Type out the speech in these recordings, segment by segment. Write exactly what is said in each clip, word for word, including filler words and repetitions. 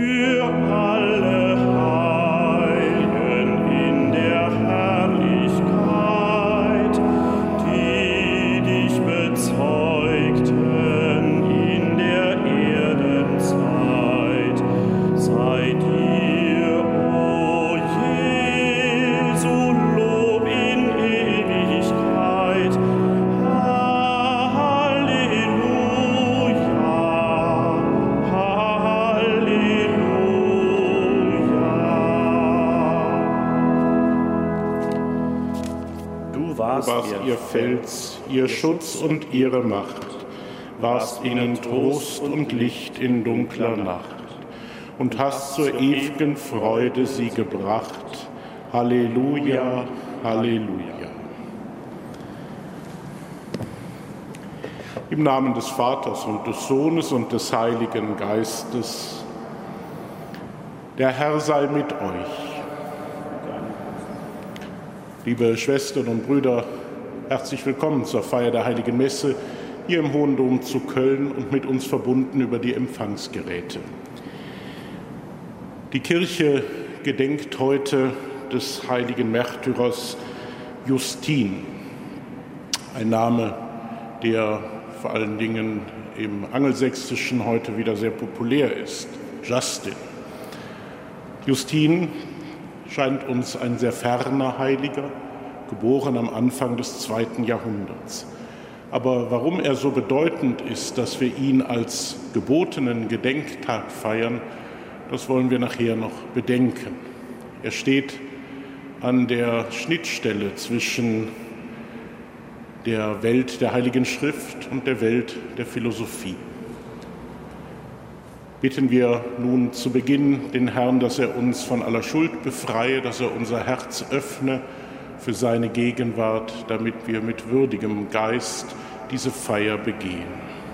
für alle Heiligen in der Herrlichkeit, die dich bezeugten in der Erdenzeit. Sei dir, o Jesu, Lob in Ewigkeit. Du warst ihr Fels, ihr Schutz und ihre Macht, warst ihnen Trost und Licht in dunkler Nacht und hast zur ewigen Freude sie gebracht. Halleluja, Halleluja. Im Namen des Vaters und des Sohnes und des Heiligen Geistes. Der Herr sei mit euch. Liebe Schwestern und Brüder, herzlich willkommen zur Feier der Heiligen Messe hier im Hohen Dom zu Köln und mit uns verbunden über die Empfangsgeräte. Die Kirche gedenkt heute des heiligen Märtyrers Justin, ein Name, der vor allen Dingen im Angelsächsischen heute wieder sehr populär ist, Justin. Justin scheint uns ein sehr ferner Heiliger, geboren am Anfang des zweiten Jahrhunderts. Aber warum er so bedeutend ist, dass wir ihn als gebotenen Gedenktag feiern, das wollen wir nachher noch bedenken. Er steht an der Schnittstelle zwischen der Welt der Heiligen Schrift und der Welt der Philosophie. Bitten wir nun zu Beginn den Herrn, dass er uns von aller Schuld befreie, dass er unser Herz öffne für seine Gegenwart, damit wir mit würdigem Geist diese Feier begehen.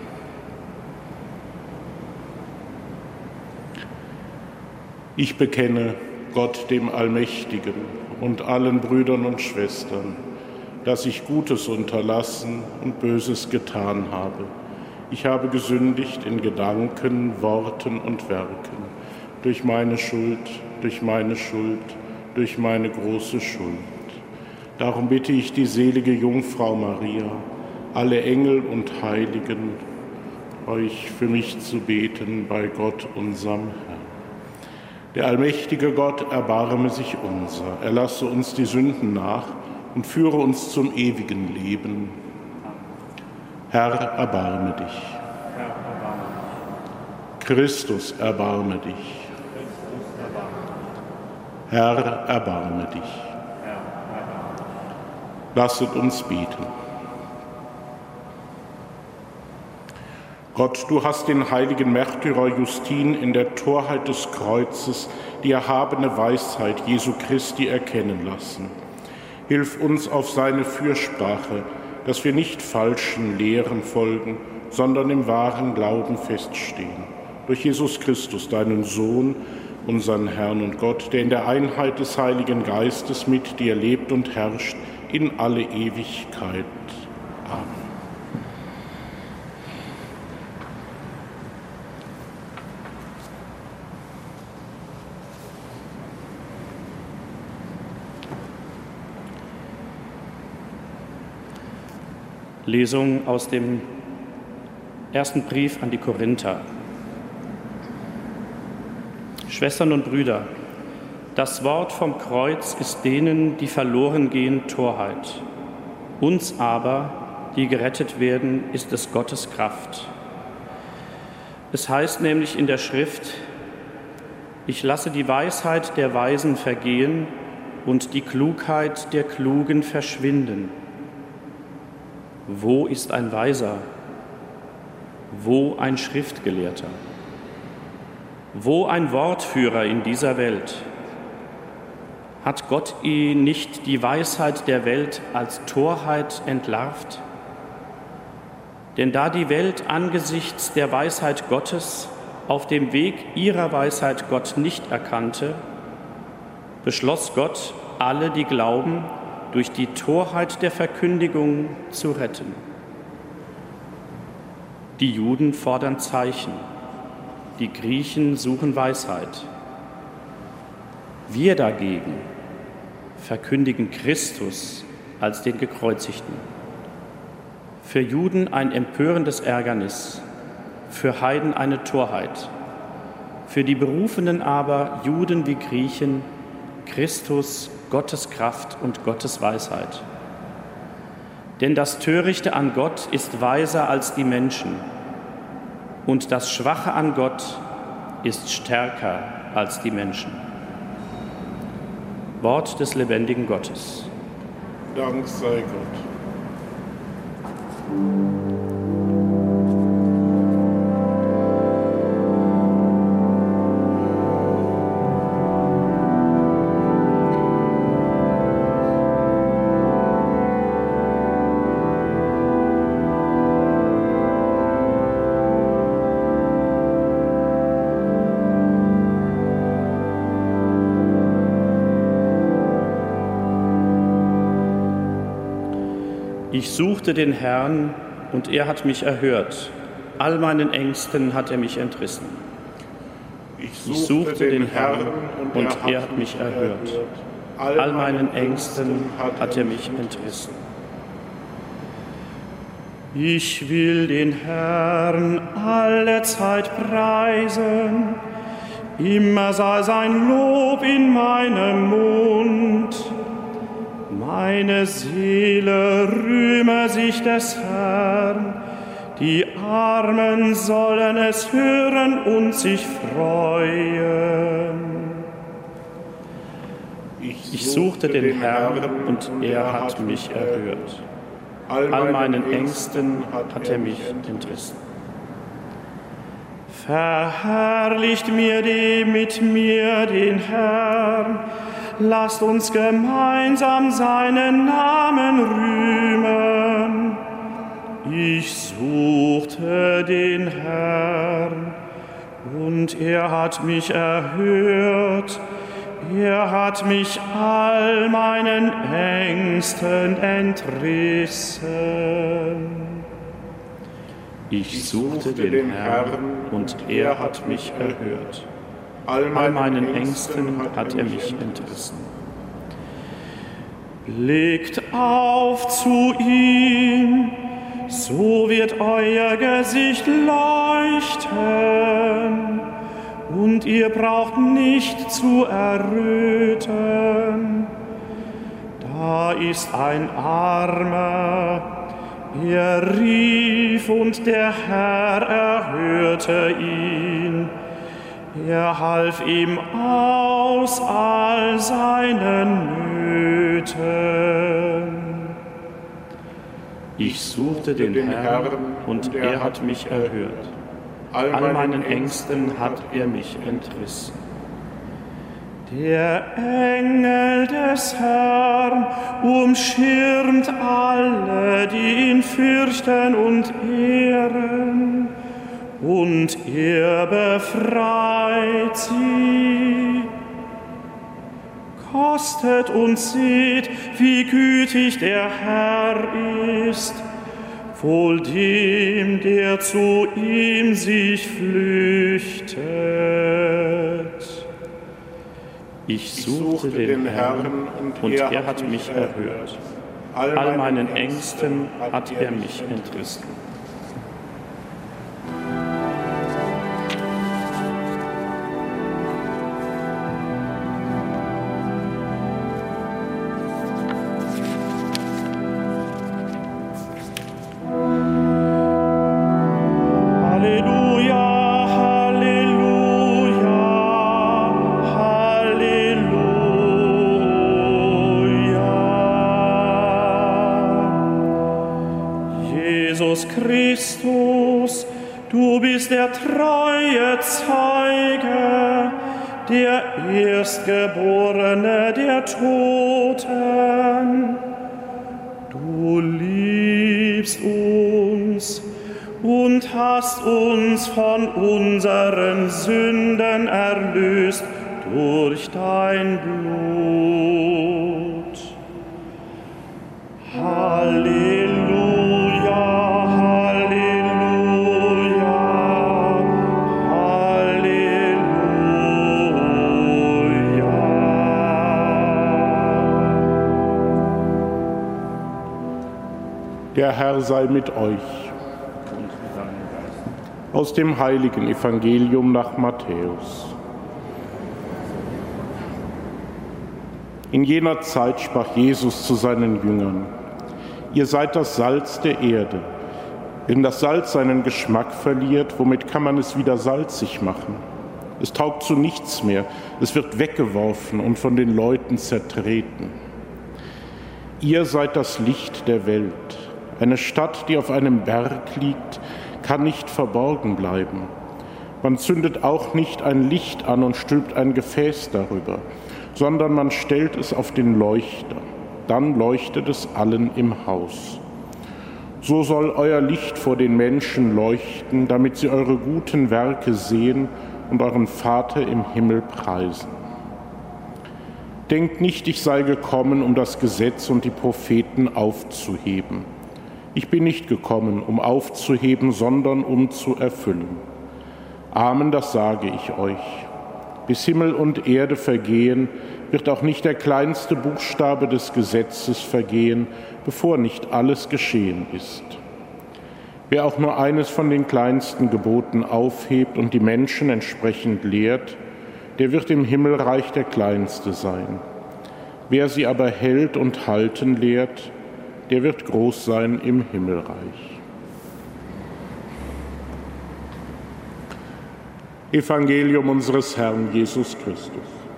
Ich bekenne Gott dem Allmächtigen und allen Brüdern und Schwestern, dass ich Gutes unterlassen und Böses getan habe. Ich habe gesündigt in Gedanken, Worten und Werken, durch meine Schuld, durch meine Schuld, durch meine große Schuld. Darum bitte ich die selige Jungfrau Maria, alle Engel und Heiligen, euch für mich zu beten bei Gott, unserem Herrn. Der allmächtige Gott erbarme sich unser, erlasse uns die Sünden nach und führe uns zum ewigen Leben. Herr, erbarme dich. Christus, erbarme dich. Herr, erbarme dich. Lasset uns beten. Gott, du hast den heiligen Märtyrer Justin in der Torheit des Kreuzes die erhabene Weisheit Jesu Christi erkennen lassen. Hilf uns auf seine Fürsprache, dass wir nicht falschen Lehren folgen, sondern im wahren Glauben feststehen. Durch Jesus Christus, deinen Sohn, unseren Herrn und Gott, der in der Einheit des Heiligen Geistes mit dir lebt und herrscht in alle Ewigkeit. Amen. Lesung aus dem ersten Brief an die Korinther. Schwestern und Brüder, das Wort vom Kreuz ist denen, die verloren gehen, Torheit. Uns aber, die gerettet werden, ist es Gottes Kraft. Es heißt nämlich in der Schrift: Ich lasse die Weisheit der Weisen vergehen und die Klugheit der Klugen verschwinden. Wo ist ein Weiser? Wo ein Schriftgelehrter? Wo ein Wortführer in dieser Welt? Hat Gott ihn nicht die Weisheit der Welt als Torheit entlarvt? Denn da die Welt angesichts der Weisheit Gottes auf dem Weg ihrer Weisheit Gott nicht erkannte, beschloss Gott, alle, die glauben, durch die Torheit der Verkündigung zu retten. Die Juden fordern Zeichen, die Griechen suchen Weisheit. Wir dagegen verkündigen Christus als den Gekreuzigten. Für Juden ein empörendes Ärgernis, für Heiden eine Torheit, für die Berufenen aber, Juden wie Griechen, Christus, Gottes Kraft und Gottes Weisheit. Denn das Törichte an Gott ist weiser als die Menschen, und das Schwache an Gott ist stärker als die Menschen. Wort des lebendigen Gottes. Dank sei Gott. Ich suchte den Herrn, und er hat mich erhört. All meinen Ängsten hat er mich entrissen. Ich Ich suchte den Herrn, und er hat mich erhört. All meinen Ängsten hat er mich entrissen. Ich will den Herrn alle Zeit preisen, immer sei sein Lob in meinem Mund. Meine Seele rühme sich des Herrn, die Armen sollen es hören und sich freuen. Ich suchte den Herrn, und er hat mich erhört. All meinen Ängsten hat er mich entrissen. Verherrlicht mir die mit mir den Herrn, lasst uns gemeinsam seinen Namen rühmen. Ich suchte den Herrn, und er hat mich erhört. Er hat mich all meinen Ängsten entrissen. Ich suchte den Herrn, und er hat mich erhört. All meinen Ängsten hat er mich entrissen. Blickt auf zu ihm, so wird euer Gesicht leuchten, und ihr braucht nicht zu erröten. Da ist ein Armer, er rief, und der Herr erhörte ihn. Er half ihm aus all seinen Nöten. Ich suchte den Herrn, und er hat mich erhört. All meinen Ängsten hat er mich entrissen. Der Engel des Herrn umschirmt alle, die ihn fürchten und ehren, und er befreit sie. Kostet und seht, wie gütig der Herr ist, wohl dem, der zu ihm sich flüchtet. Ich suchte den Herrn, und er hat mich erhört. All meinen Ängsten hat er mich entrissen. Christus, du bist der treue Zeuge, der Erstgeborene der Toten. Du liebst uns und hast uns von unseren Sünden erlöst durch dein Blut. Halleluja. Halleluja, Der Herr sei mit euch. Aus dem heiligen Evangelium nach Matthäus. In jener Zeit sprach Jesus zu seinen Jüngern: Ihr seid das Salz der Erde. Wenn das Salz seinen Geschmack verliert, womit kann man es wieder salzig machen? Es taugt zu nichts mehr, es wird weggeworfen und von den Leuten zertreten. Ihr seid das Licht der Welt. Eine Stadt, die auf einem Berg liegt, kann nicht verborgen bleiben. Man zündet auch nicht ein Licht an und stülpt ein Gefäß darüber, sondern man stellt es auf den Leuchter. Dann leuchtet es allen im Haus. So soll euer Licht vor den Menschen leuchten, damit sie eure guten Werke sehen und euren Vater im Himmel preisen. Denkt nicht, ich sei gekommen, um das Gesetz und die Propheten aufzuheben. Ich bin nicht gekommen, um aufzuheben, sondern um zu erfüllen. Amen, das sage ich euch. Bis Himmel und Erde vergehen, wird auch nicht der kleinste Buchstabe des Gesetzes vergehen, bevor nicht alles geschehen ist. Wer auch nur eines von den kleinsten Geboten aufhebt und die Menschen entsprechend lehrt, der wird im Himmelreich der Kleinste sein. Wer sie aber hält und halten lehrt, der wird groß sein im Himmelreich. Evangelium unseres Herrn Jesus Christus.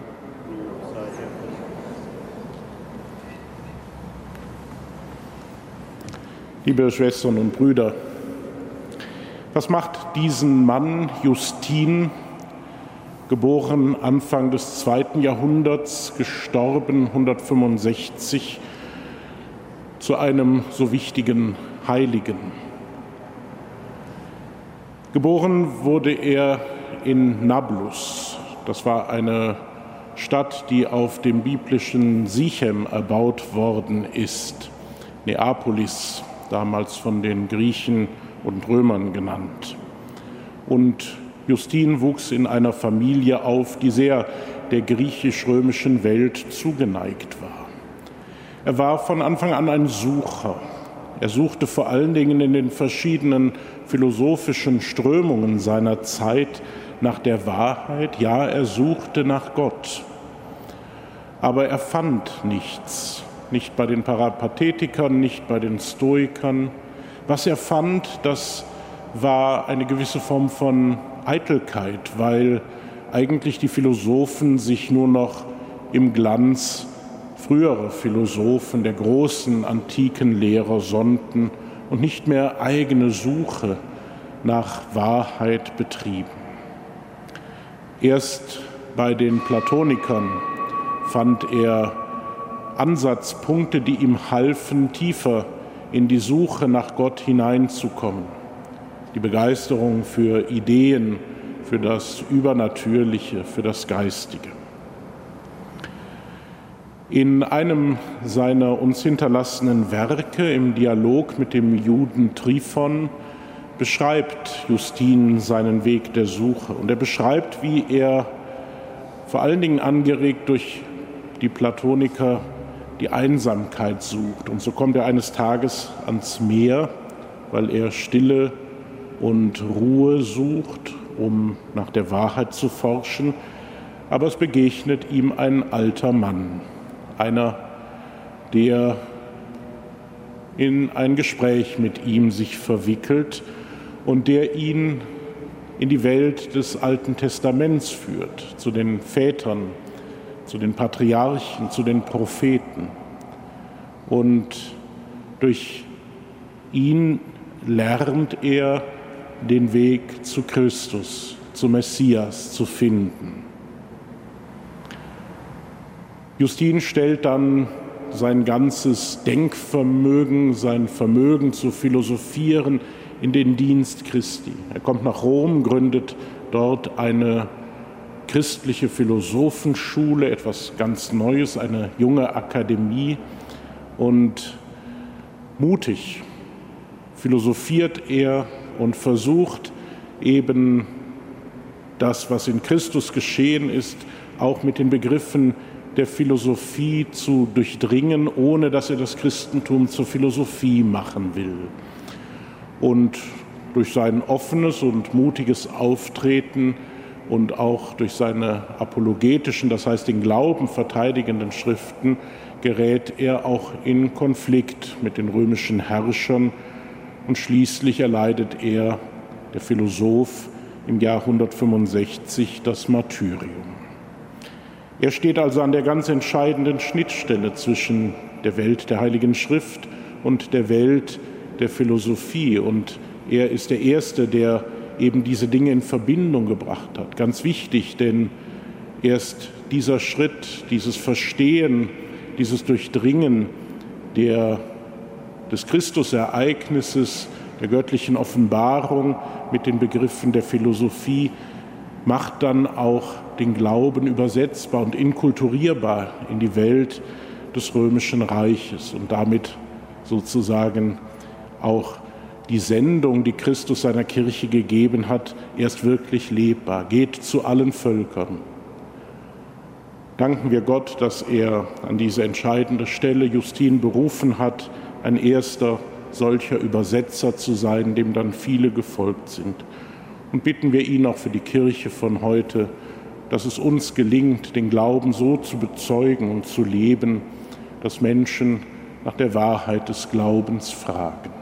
Liebe Schwestern und Brüder, was macht diesen Mann Justin, geboren Anfang des zweiten Jahrhunderts, gestorben hundertfünfundsechzig, zu einem so wichtigen Heiligen? Geboren wurde er in Nablus. Das war eine Stadt, die auf dem biblischen Sichem erbaut worden ist. Neapolis, damals von den Griechen und Römern genannt. Und Justin wuchs in einer Familie auf, die sehr der griechisch-römischen Welt zugeneigt war. Er war von Anfang an ein Sucher. Er suchte vor allen Dingen in den verschiedenen philosophischen Strömungen seiner Zeit nach der Wahrheit. Ja, er suchte nach Gott. Aber er fand nichts. Nicht bei den Peripatetikern, nicht bei den Stoikern. Was er fand, das war eine gewisse Form von Eitelkeit, weil eigentlich die Philosophen sich nur noch im Glanz früherer Philosophen, der großen antiken Lehrer sonnten und nicht mehr eigene Suche nach Wahrheit betrieben. Erst bei den Platonikern fand er Ansatzpunkte, die ihm halfen, tiefer in die Suche nach Gott hineinzukommen. Die Begeisterung für Ideen, für das Übernatürliche, für das Geistige. In einem seiner uns hinterlassenen Werke, im Dialog mit dem Juden Tryphon, beschreibt Justin seinen Weg der Suche. Und er beschreibt, wie er vor allen Dingen angeregt durch die Platoniker die Einsamkeit sucht. Und so kommt er eines Tages ans Meer, weil er Stille und Ruhe sucht, um nach der Wahrheit zu forschen. Aber es begegnet ihm ein alter Mann, einer, der in ein Gespräch mit ihm sich verwickelt und der ihn in die Welt des Alten Testaments führt, zu den Vätern, zu den Patriarchen, zu den Propheten. Und durch ihn lernt er, den Weg zu Christus, zu Messias zu finden. Justin stellt dann sein ganzes Denkvermögen, sein Vermögen zu philosophieren in den Dienst Christi. Er kommt nach Rom, gründet dort eine christliche Philosophenschule, etwas ganz Neues, eine junge Akademie, und mutig philosophiert er und versucht eben das, was in Christus geschehen ist, auch mit den Begriffen der Philosophie zu durchdringen, ohne dass er das Christentum zur Philosophie machen will. Und durch sein offenes und mutiges Auftreten und auch durch seine apologetischen, das heißt den Glauben verteidigenden Schriften, gerät er auch in Konflikt mit den römischen Herrschern und schließlich erleidet er, der Philosoph, im Jahr hundertfünfundsechzig das Martyrium. Er steht also an der ganz entscheidenden Schnittstelle zwischen der Welt der Heiligen Schrift und der Welt der Philosophie. Und er ist der Erste, der eben diese Dinge in Verbindung gebracht hat. Ganz wichtig, denn erst dieser Schritt, dieses Verstehen, dieses Durchdringen der, des Christusereignisses, der göttlichen Offenbarung mit den Begriffen der Philosophie macht dann auch den Glauben übersetzbar und inkulturierbar in die Welt des Römischen Reiches und damit sozusagen auch die Sendung, die Christus seiner Kirche gegeben hat, erst wirklich lebbar. Geht zu allen Völkern. Danken wir Gott, dass er an diese entscheidende Stelle Justin berufen hat, ein erster solcher Übersetzer zu sein, dem dann viele gefolgt sind. Und bitten wir ihn auch für die Kirche von heute, dass es uns gelingt, den Glauben so zu bezeugen und zu leben, dass Menschen nach der Wahrheit des Glaubens fragen.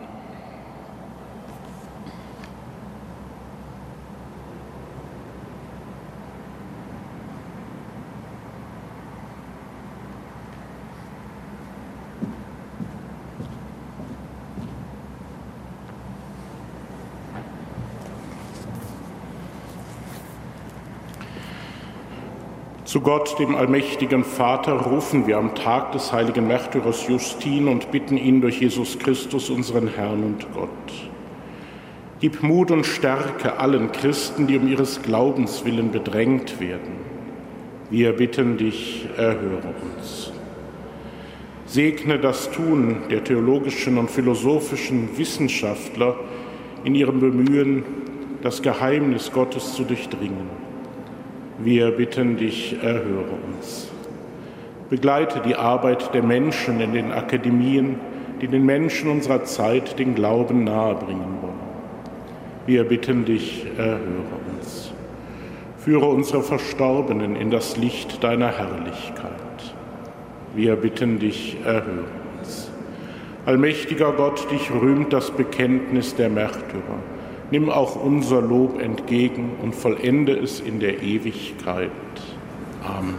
Zu Gott, dem allmächtigen Vater, rufen wir am Tag des heiligen Märtyrers Justin und bitten ihn durch Jesus Christus, unseren Herrn und Gott. Gib Mut und Stärke allen Christen, die um ihres Glaubens willen bedrängt werden. Wir bitten dich, erhöre uns. Segne das Tun der theologischen und philosophischen Wissenschaftler in ihrem Bemühen, das Geheimnis Gottes zu durchdringen. Wir bitten dich, erhöre uns. Begleite die Arbeit der Menschen in den Akademien, die den Menschen unserer Zeit den Glauben nahebringen wollen. Wir bitten dich, erhöre uns. Führe unsere Verstorbenen in das Licht deiner Herrlichkeit. Wir bitten dich, erhöre uns. Allmächtiger Gott, dich rühmt das Bekenntnis der Märtyrer. Nimm auch unser Lob entgegen und vollende es in der Ewigkeit. Amen.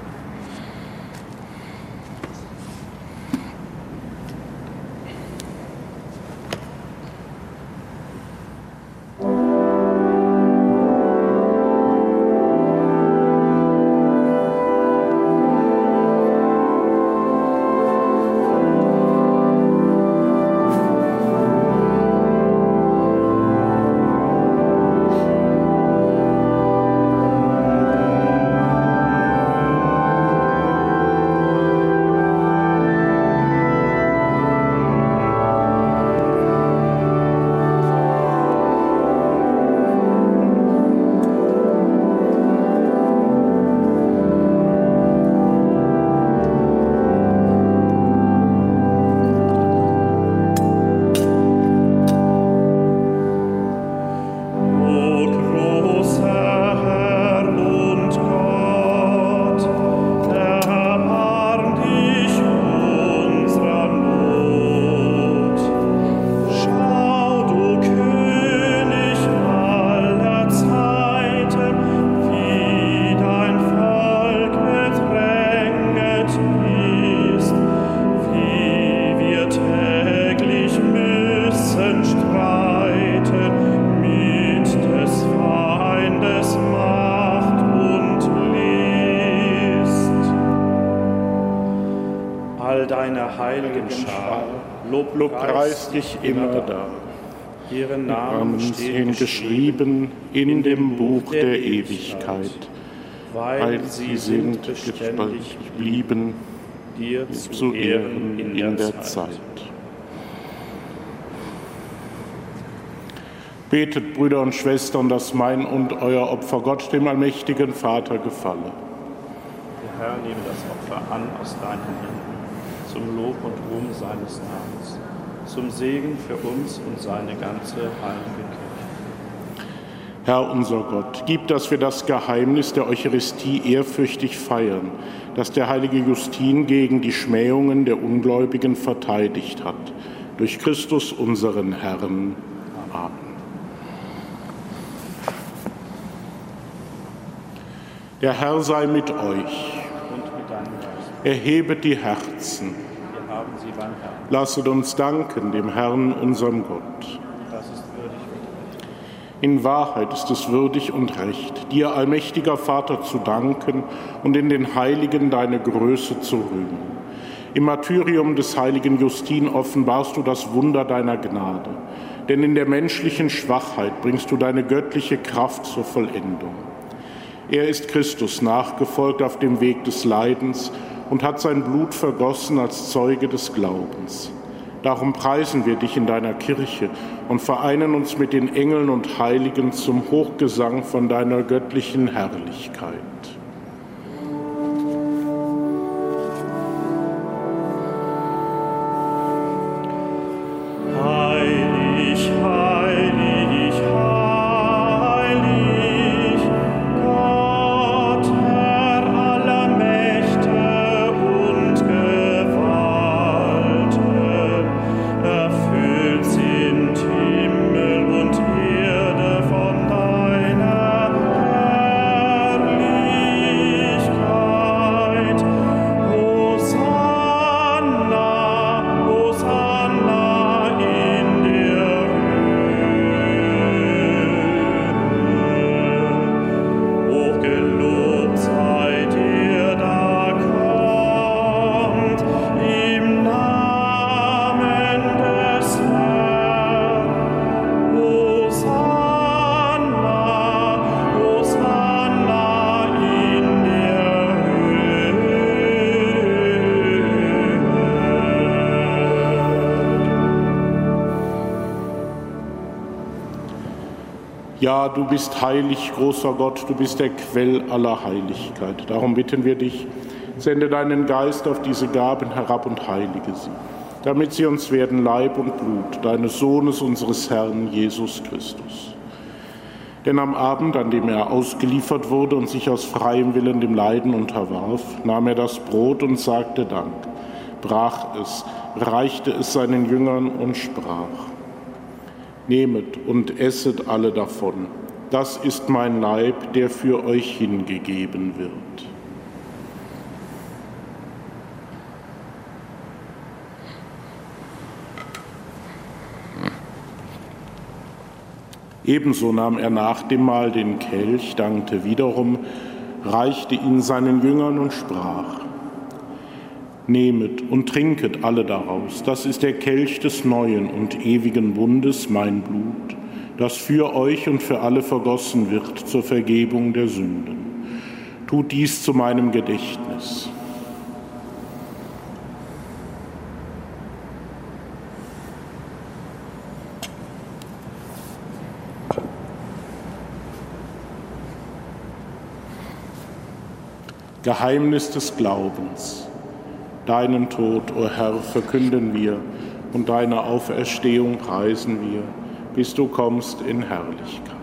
Lobpreist dich immer da. Ihre Namen stehen geschrieben in dem Buch der Ewigkeit, weil sie sind beständig geblieben, dir zu Ehren in der Zeit. Betet, Brüder und Schwestern, dass mein und euer Opfer Gott, dem allmächtigen Vater, gefalle. Herr, nehme das Opfer an aus deinen Händen, zum Lob und Ruhm seines Namens, zum Segen für uns und seine ganze heilige Kirche. Herr unser Gott, gib, dass wir das Geheimnis der Eucharistie ehrfürchtig feiern, das der heilige Justin gegen die Schmähungen der Ungläubigen verteidigt hat. Durch Christus unseren Herrn. Amen. Der Herr sei mit euch. Und mit deinem Geist. Erhebet die Herzen. Wir haben sie beim Herrn. Lasset uns danken dem Herrn, unserem Gott. Das ist würdig und recht. In Wahrheit ist es würdig und recht, dir, allmächtiger Vater, zu danken und in den Heiligen deine Größe zu rühmen. Im Martyrium des heiligen Justin offenbarst du das Wunder deiner Gnade, denn in der menschlichen Schwachheit bringst du deine göttliche Kraft zur Vollendung. Er ist Christus nachgefolgt auf dem Weg des Leidens und hat sein Blut vergossen als Zeuge des Glaubens. Darum preisen wir dich in deiner Kirche und vereinen uns mit den Engeln und Heiligen zum Hochgesang von deiner göttlichen Herrlichkeit. Ja, du bist heilig, großer Gott, du bist der Quell aller Heiligkeit. Darum bitten wir dich, sende deinen Geist auf diese Gaben herab und heilige sie, damit sie uns werden Leib und Blut deines Sohnes, unseres Herrn Jesus Christus. Denn am Abend, an dem er ausgeliefert wurde und sich aus freiem Willen dem Leiden unterwarf, nahm er das Brot und sagte Dank, brach es, reichte es seinen Jüngern und sprach: Nehmet und esset alle davon. Das ist mein Leib, der für euch hingegeben wird. Ebenso nahm er nach dem Mahl den Kelch, dankte wiederum, reichte ihn seinen Jüngern und sprach: Nehmet und trinket alle daraus. Das ist der Kelch des neuen und ewigen Bundes, mein Blut, das für euch und für alle vergossen wird zur Vergebung der Sünden. Tut dies zu meinem Gedächtnis. Geheimnis des Glaubens. Deinen Tod, o Herr, verkünden wir und deine Auferstehung preisen wir, bis du kommst in Herrlichkeit.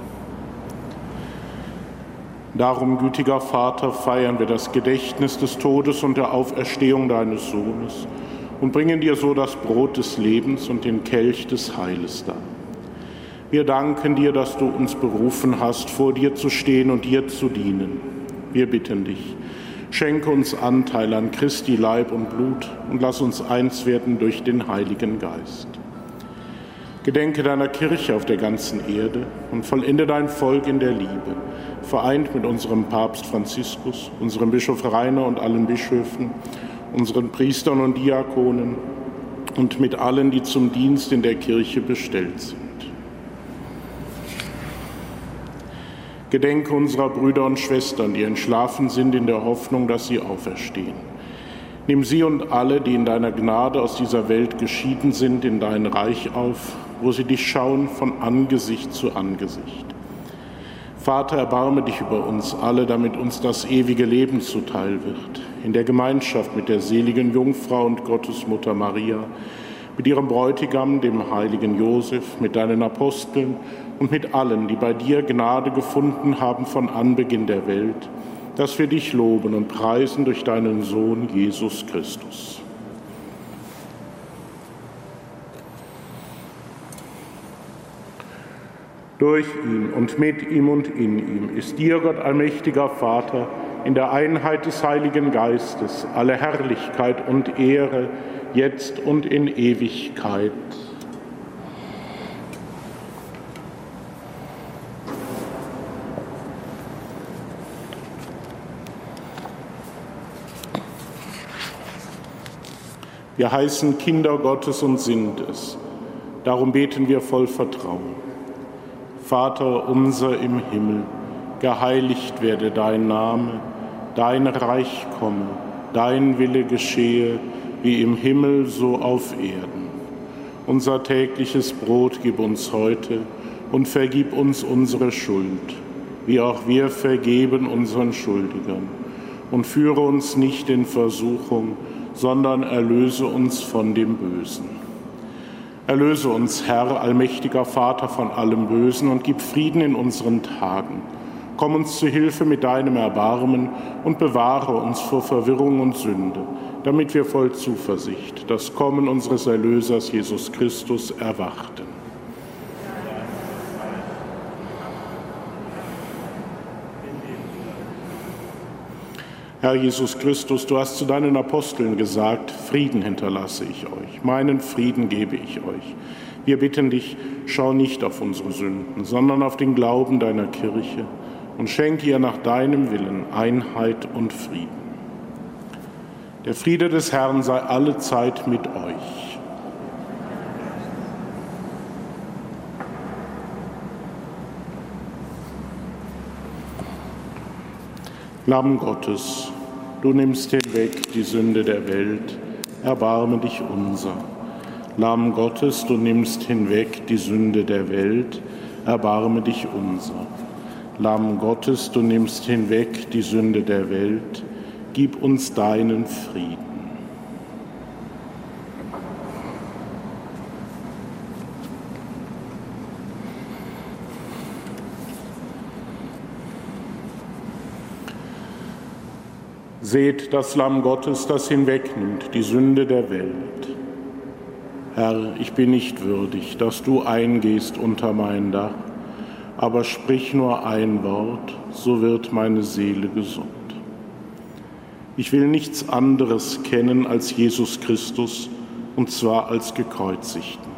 Darum, gütiger Vater, feiern wir das Gedächtnis des Todes und der Auferstehung deines Sohnes und bringen dir so das Brot des Lebens und den Kelch des Heiles dar. Wir danken dir, dass du uns berufen hast, vor dir zu stehen und dir zu dienen. Wir bitten dich, schenke uns Anteil an Christi Leib und Blut und lass uns eins werden durch den Heiligen Geist. Gedenke deiner Kirche auf der ganzen Erde und vollende dein Volk in der Liebe, vereint mit unserem Papst Franziskus, unserem Bischof Rainer und allen Bischöfen, unseren Priestern und Diakonen und mit allen, die zum Dienst in der Kirche bestellt sind. Gedenke unserer Brüder und Schwestern, die entschlafen sind, in der Hoffnung, dass sie auferstehen. Nimm sie und alle, die in deiner Gnade aus dieser Welt geschieden sind, in dein Reich auf, wo sie dich schauen von Angesicht zu Angesicht. Vater, erbarme dich über uns alle, damit uns das ewige Leben zuteil wird. In der Gemeinschaft mit der seligen Jungfrau und Gottesmutter Maria, mit ihrem Bräutigam, dem heiligen Josef, mit deinen Aposteln und mit allen, die bei dir Gnade gefunden haben von Anbeginn der Welt, dass wir dich loben und preisen durch deinen Sohn Jesus Christus. Durch ihn und mit ihm und in ihm ist dir, Gott allmächtiger Vater, in der Einheit des Heiligen Geistes alle Herrlichkeit und Ehre, jetzt und in Ewigkeit. Wir heißen Kinder Gottes und sind es. Darum beten wir voll Vertrauen. Vater unser im Himmel, geheiligt werde dein Name, dein Reich komme, dein Wille geschehe, wie im Himmel so auf Erden. Unser tägliches Brot gib uns heute und vergib uns unsere Schuld, wie auch wir vergeben unseren Schuldigern. Und führe uns nicht in Versuchung, sondern erlöse uns von dem Bösen. Erlöse uns, Herr, allmächtiger Vater, von allem Bösen und gib Frieden in unseren Tagen. Komm uns zu Hilfe mit deinem Erbarmen und bewahre uns vor Verwirrung und Sünde, damit wir voll Zuversicht das Kommen unseres Erlösers Jesus Christus erwarten. Herr Jesus Christus, du hast zu deinen Aposteln gesagt, Frieden hinterlasse ich euch, meinen Frieden gebe ich euch. Wir bitten dich, schau nicht auf unsere Sünden, sondern auf den Glauben deiner Kirche und schenke ihr nach deinem Willen Einheit und Frieden. Der Friede des Herrn sei allezeit mit euch. Lamm Gottes, du nimmst hinweg die Sünde der Welt, erbarme dich unser. Lamm Gottes, du nimmst hinweg die Sünde der Welt, erbarme dich unser. Lamm Gottes, du nimmst hinweg die Sünde der Welt, gib uns deinen Frieden. Seht das Lamm Gottes, das hinwegnimmt die Sünde der Welt. Herr, ich bin nicht würdig, dass du eingehst unter mein Dach, aber sprich nur ein Wort, so wird meine Seele gesund. Ich will nichts anderes kennen als Jesus Christus, und zwar als Gekreuzigten.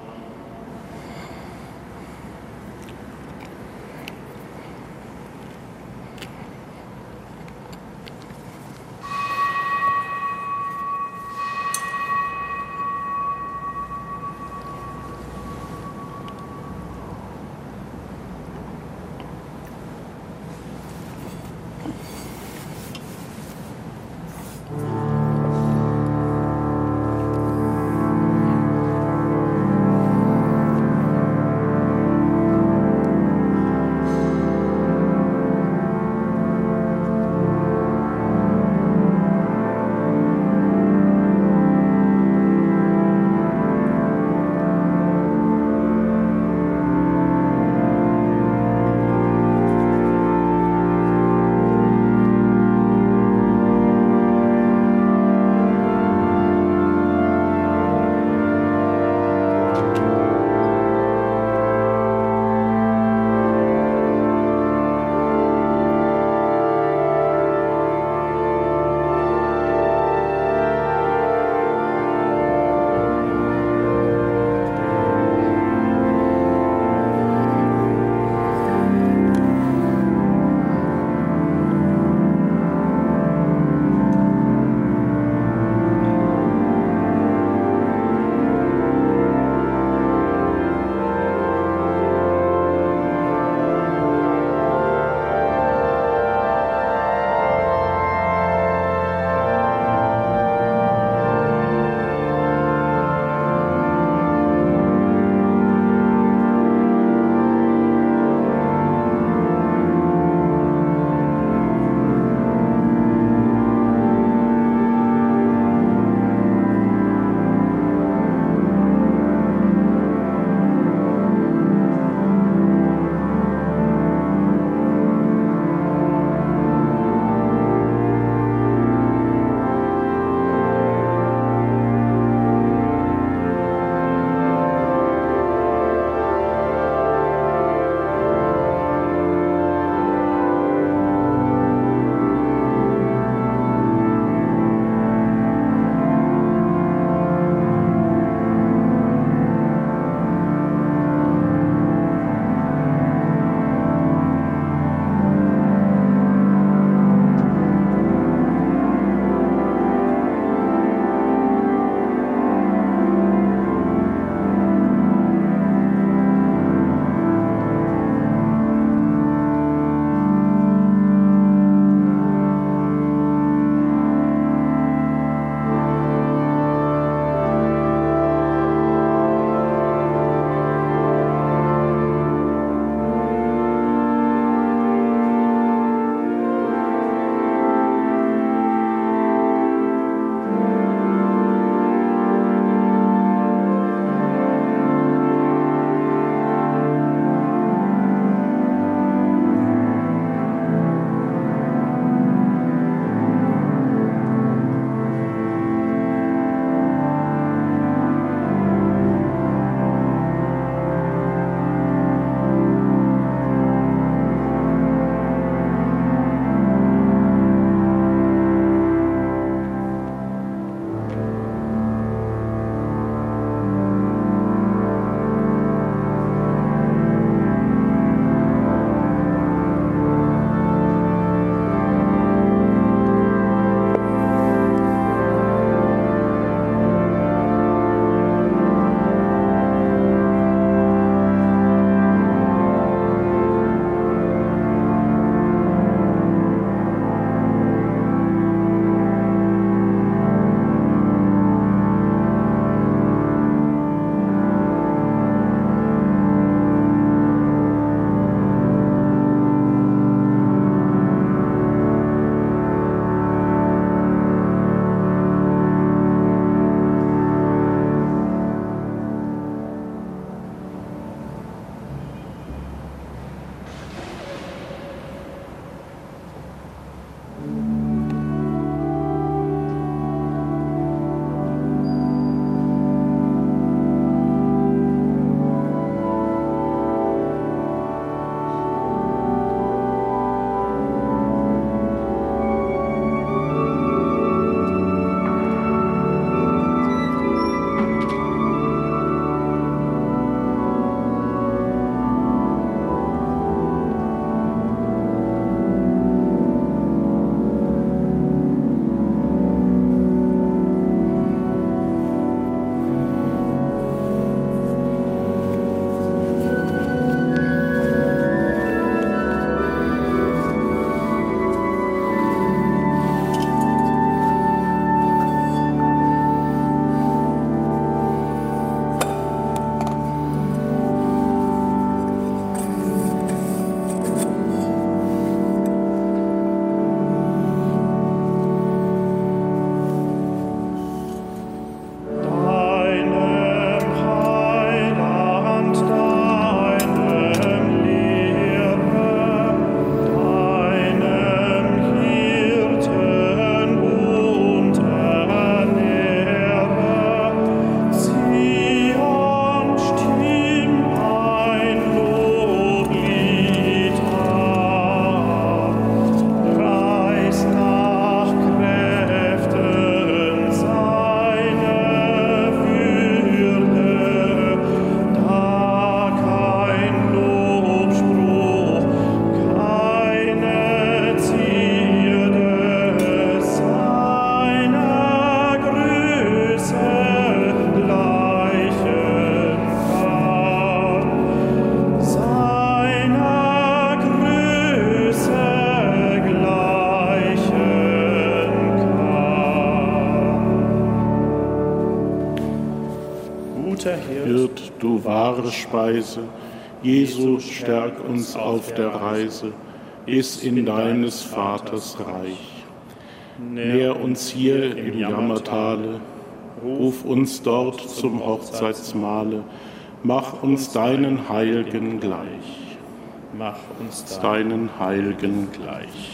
guter Hirt, Hirt, du wahre Speise, Jesu, stärk uns auf der Reise bis in deines Vaters Reich. Nähr uns hier im Jammertale, ruf uns dort zum Hochzeitsmahle, mach uns deinen Heiligen gleich. Mach uns Deinen Heiligen gleich.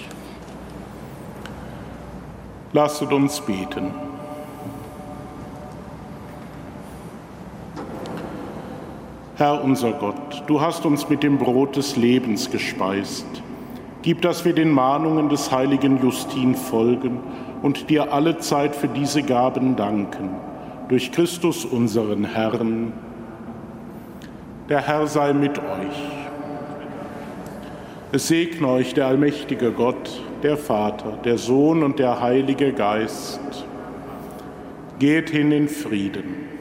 Lasset uns beten. Herr unser Gott, du hast uns mit dem Brot des Lebens gespeist. Gib, dass wir den Mahnungen des heiligen Justin folgen und dir allezeit für diese Gaben danken. Durch Christus unseren Herrn. Der Herr sei mit euch. Es segne euch der allmächtige Gott, der Vater, der Sohn und der Heilige Geist. Geht hin in Frieden.